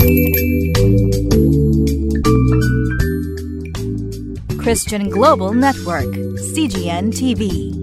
Christian Global Network, CGN TV.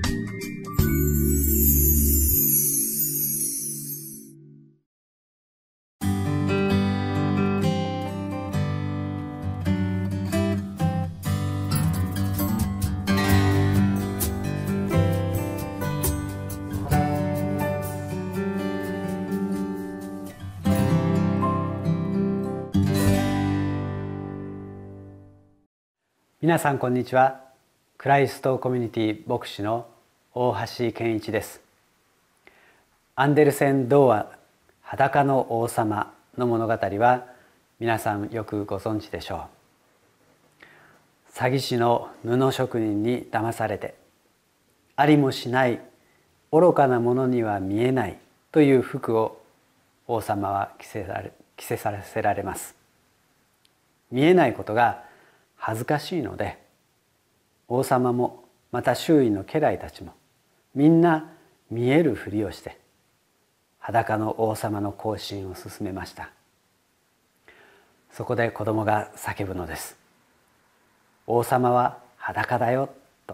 皆さんこんにちは。クライストコミュニティ牧師の大橋健一です。アンデルセン童話「裸の王様」の物語は皆さんよくご存知でしょう。詐欺師の布職人に騙されて、ありもしない愚かなものには見えないという服を王様は着せさせられます。見えないことが恥ずかしいので、王様もまた周囲の家来たちもみんな見えるふりをして裸の王様の行進を進めました。そこで子供が叫ぶのです。王様は裸だよと。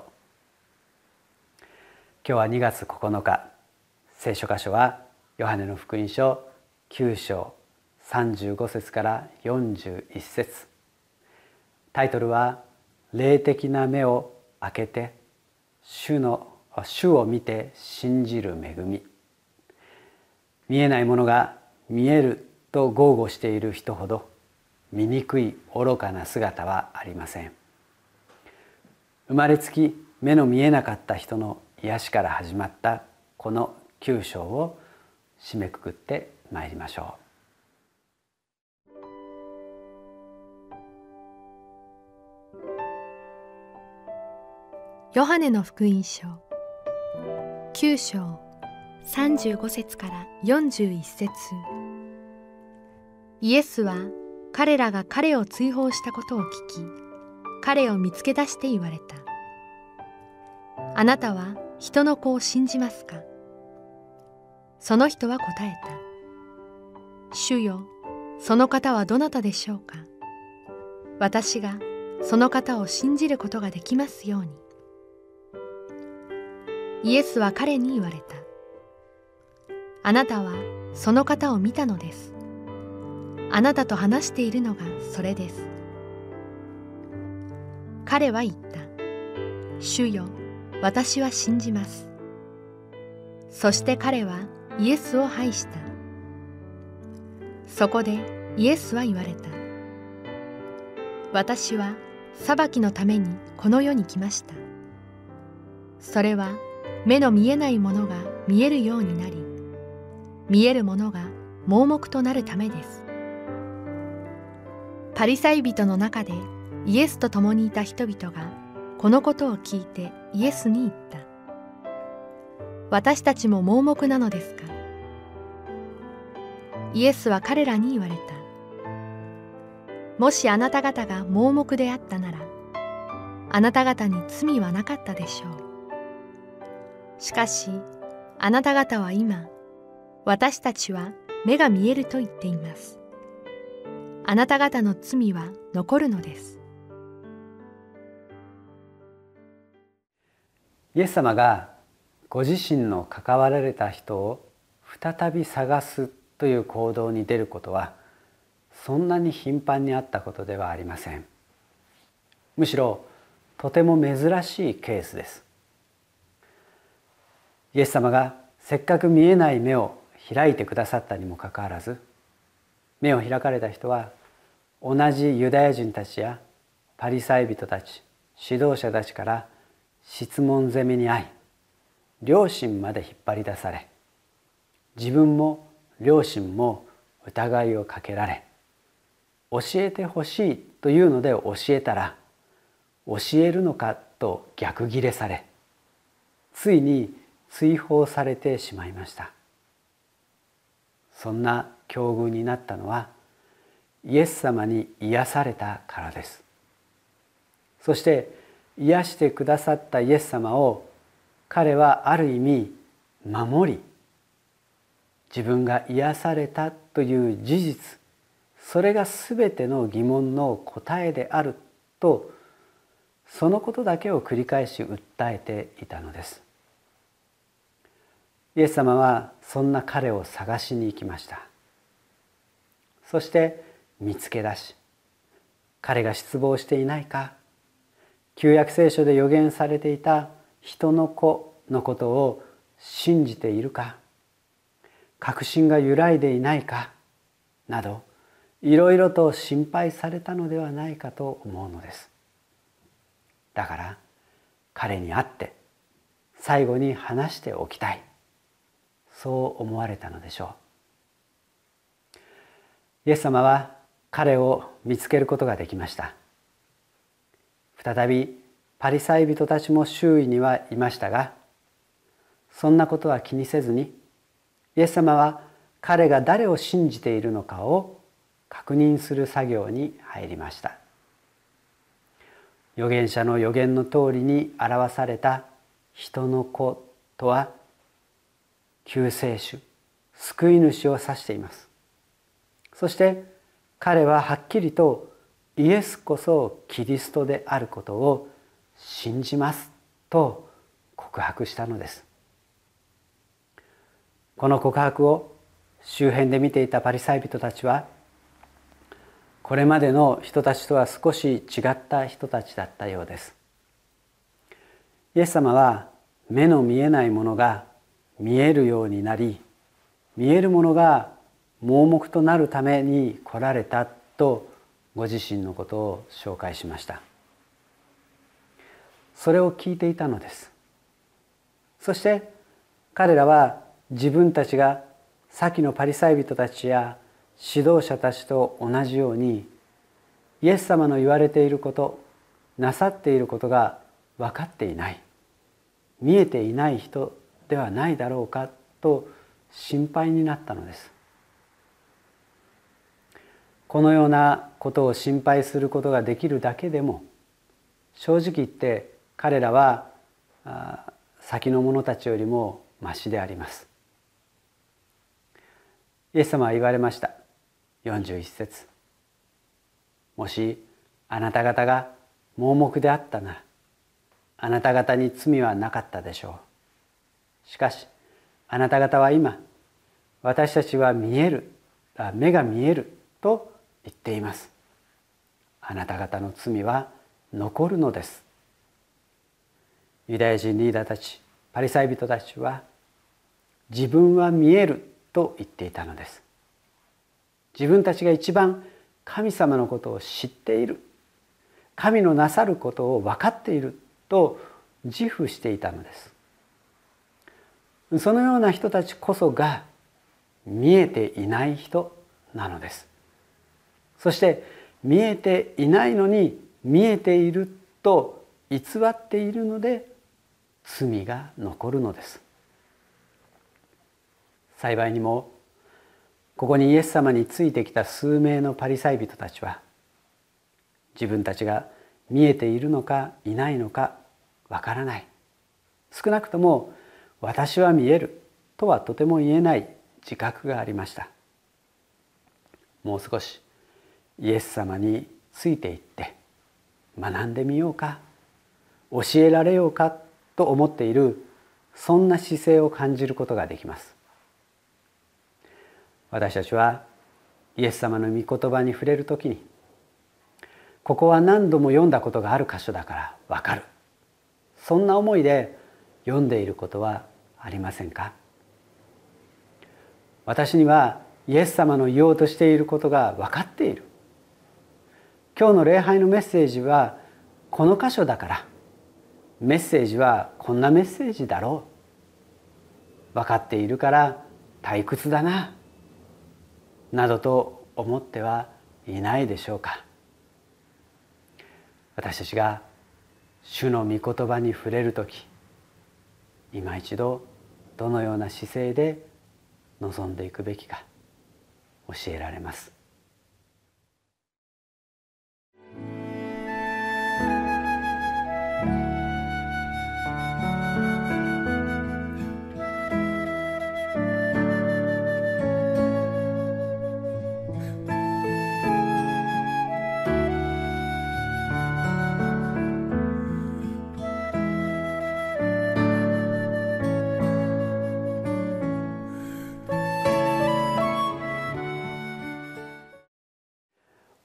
今日は2月9日、聖書箇所はヨハネの福音書9章35節から41節。タイトルは霊的な目を開けて主を見て信じる恵み。見えないものが見えると豪語している人ほど醜い愚かな姿はありません。生まれつき目の見えなかった人の癒しから始まったこの9章を締めくくってまいりましょう。 ヨハネの福音書9章35節から41節。イエスは彼らが彼を追放したことを聞き、彼を見つけ出して言われた。あなたは人の子を信じますか？その人は答えた。主よ、その方はどなたでしょうか？私がその方を信じることができますように。イエスは彼に言われた。あなたはその方を見たのです。あなたと話しているのがそれです。彼は言った。主よ、私は信じます。そして彼はイエスを拝した。そこでイエスは言われた。私は裁きのためにこの世に来ました。それは目の見えないものが見えるようになり、見えるものが盲目となるためです。パリサイ人の中でイエスと共にいた人々がこのことを聞いてイエスに言った。私たちも盲目なのですか？イエスは彼らに言われた。もしあなた方が盲目であったなら、あなた方に罪はなかったでしょう。しかし、あなた方は今、私たちは目が見えると言っています。あなた方の罪は残るのです。 イエス様がご自身の関わられた人を再び探すという行動に出ることはそんなに頻繁にあったことではありません。むしろとても珍しいケースです。イエス様がせっかく見えない目を開いてくださったにもかかわらず、目を開かれた人は同じユダヤ人たちやパリサイ人たち、指導者たちから質問攻めに遭い、良心まで引っ張り出され、自分も良心も疑いをかけられ、教えてほしいというので教えたら、教えるのかと逆ギレされ、ついに追放されてしまいました。そんな境遇になったのはイエス様に癒されたからです。そして癒してくださったイエス様を彼はある意味守り、自分が癒されたという事実、 それが全ての疑問の答えであると、そのことだけを繰り返し訴えていたのです。イエス様はそんな彼を探しに行きました。そして見つけ出し、彼が失望していないか、旧約聖書で予言されていた人の子のことを信じているか、確信が揺らいでいないかなど、いろいろと心配されたのではないかと思うのです。だから彼に会って最後に話しておきたい、そう思われたのでしょう。イエス様は彼を見つけることができました。再びパリサイ人たちも周囲にはいましたが、そんなことは気にせずに、イエス様は彼が誰を信じているのかを確認する作業に入りました。預言者の予言の通りに表された人の子とは、救世主、救い主を指しています。そして彼ははっきりとイエスこそキリストであることを信じますと告白したのです。この告白を周辺で見ていたパリサイ人たちは、これまでの人たちとは少し違った人たちだったようです。イエス様は目の見えないものが見えるようになり、見えるものが盲目となるために来られたとご自身のことを紹介しました。それを聞いていたのです。そして彼らは自分たちが先のパリサイ人たちや指導者たちと同じように、イエス様の言われていること、なさっていることが分かっていない、見えていない人ではないだろうかと心配になったのです。このようなことを心配することができるだけでも、正直言って彼らは先の者たちよりもましであります。イエス様は言われました。41節、もしあなた方が盲目であったなら、あなた方に罪はなかったでしょう。しかしあなた方は今、私たちは目が見えると言っています。あなた方の罪は残るのです。ユダヤ人リーダーたち、パリサイ人たちは、自分は見えると言っていたのです。自分たちが一番神様のことを知っている、神のなさることを分かっていると自負していたのです。そのような人たちこそが見えていない人なのです。そして見えていないのに見えていると偽っているので罪が残るのです。幸いにもここにイエス様についてきた数名のパリサイ人たちは、自分たちが見えているのかいないのかわからない、少なくとも私は見えるとはとても言えない自覚がありました。もう少しイエス様についていって学んでみようか、教えられようかと思っている、そんな姿勢を感じることができます。私たちはイエス様の御言葉に触れるときに、ここは何度も読んだことがある箇所だからわかる、そんな思いで読んでいることはありませんか？私にはイエス様の言おうとしていることが分かっている。今日の礼拝のメッセージはこの箇所だから、メッセージはこんなメッセージだろう、分かっているから退屈だな、などと思ってはいないでしょうか。私たちが主の御言葉に触れるとき、今一度どのような姿勢で臨んでいくべきか教えられます。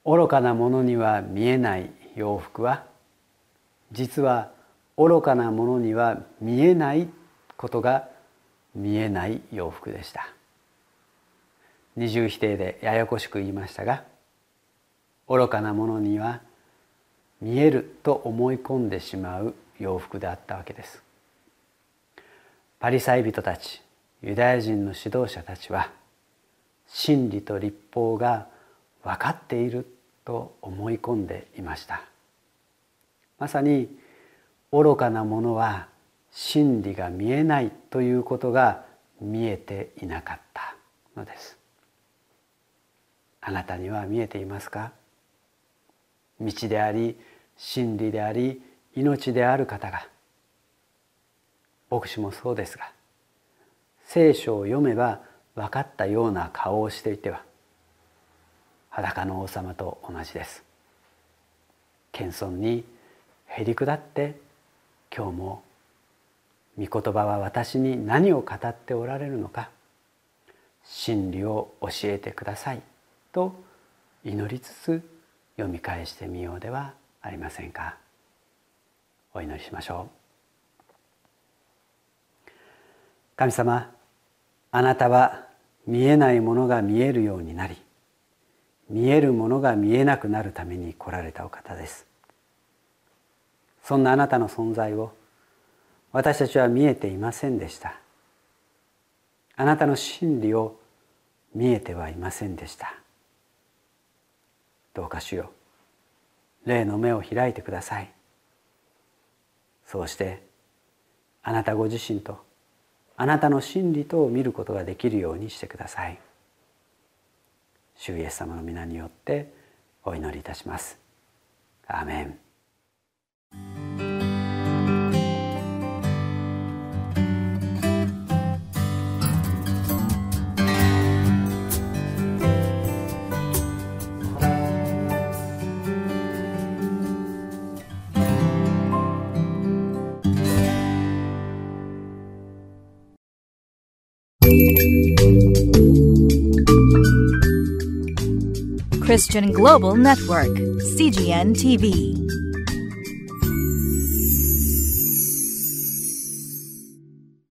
愚かな者には見えない洋服は、実は愚かな者には見えないことが見えない洋服でした。二重否定でややこしく言いましたが、愚かな者には見えると思い込んでしまう洋服であったわけです。パリサイ人たち、ユダヤ人の指導者たちは、真理と律法が分かっていると思い込んでいました。まさに愚かな者は真理が見えないということが見えていなかったのです。あなたには見えていますか？道であり真理であり命である方が、牧師もそうですが、聖書を読めば分かったような顔をしていては裸の王様と同じです。謙遜にへり下って、今日も御言葉は私に何を語っておられるのか、真理を教えてくださいと祈りつつ読み返してみようではありませんか。お祈りしましょう。神様、あなたは見えないものが見えるようになり、見えるものが見えなくなるために来られたお方です。そんなあなたの存在を私たちは見えていませんでした。あなたの真理を見えてはいませんでした。どうか主よ、霊の目を開いてください。そうしてあなたご自身とあなたの真理とを見ることができるようにしてください。主イエス様の皆によってお祈りいたします。アーメン。 Christian Global Network, CGN TV.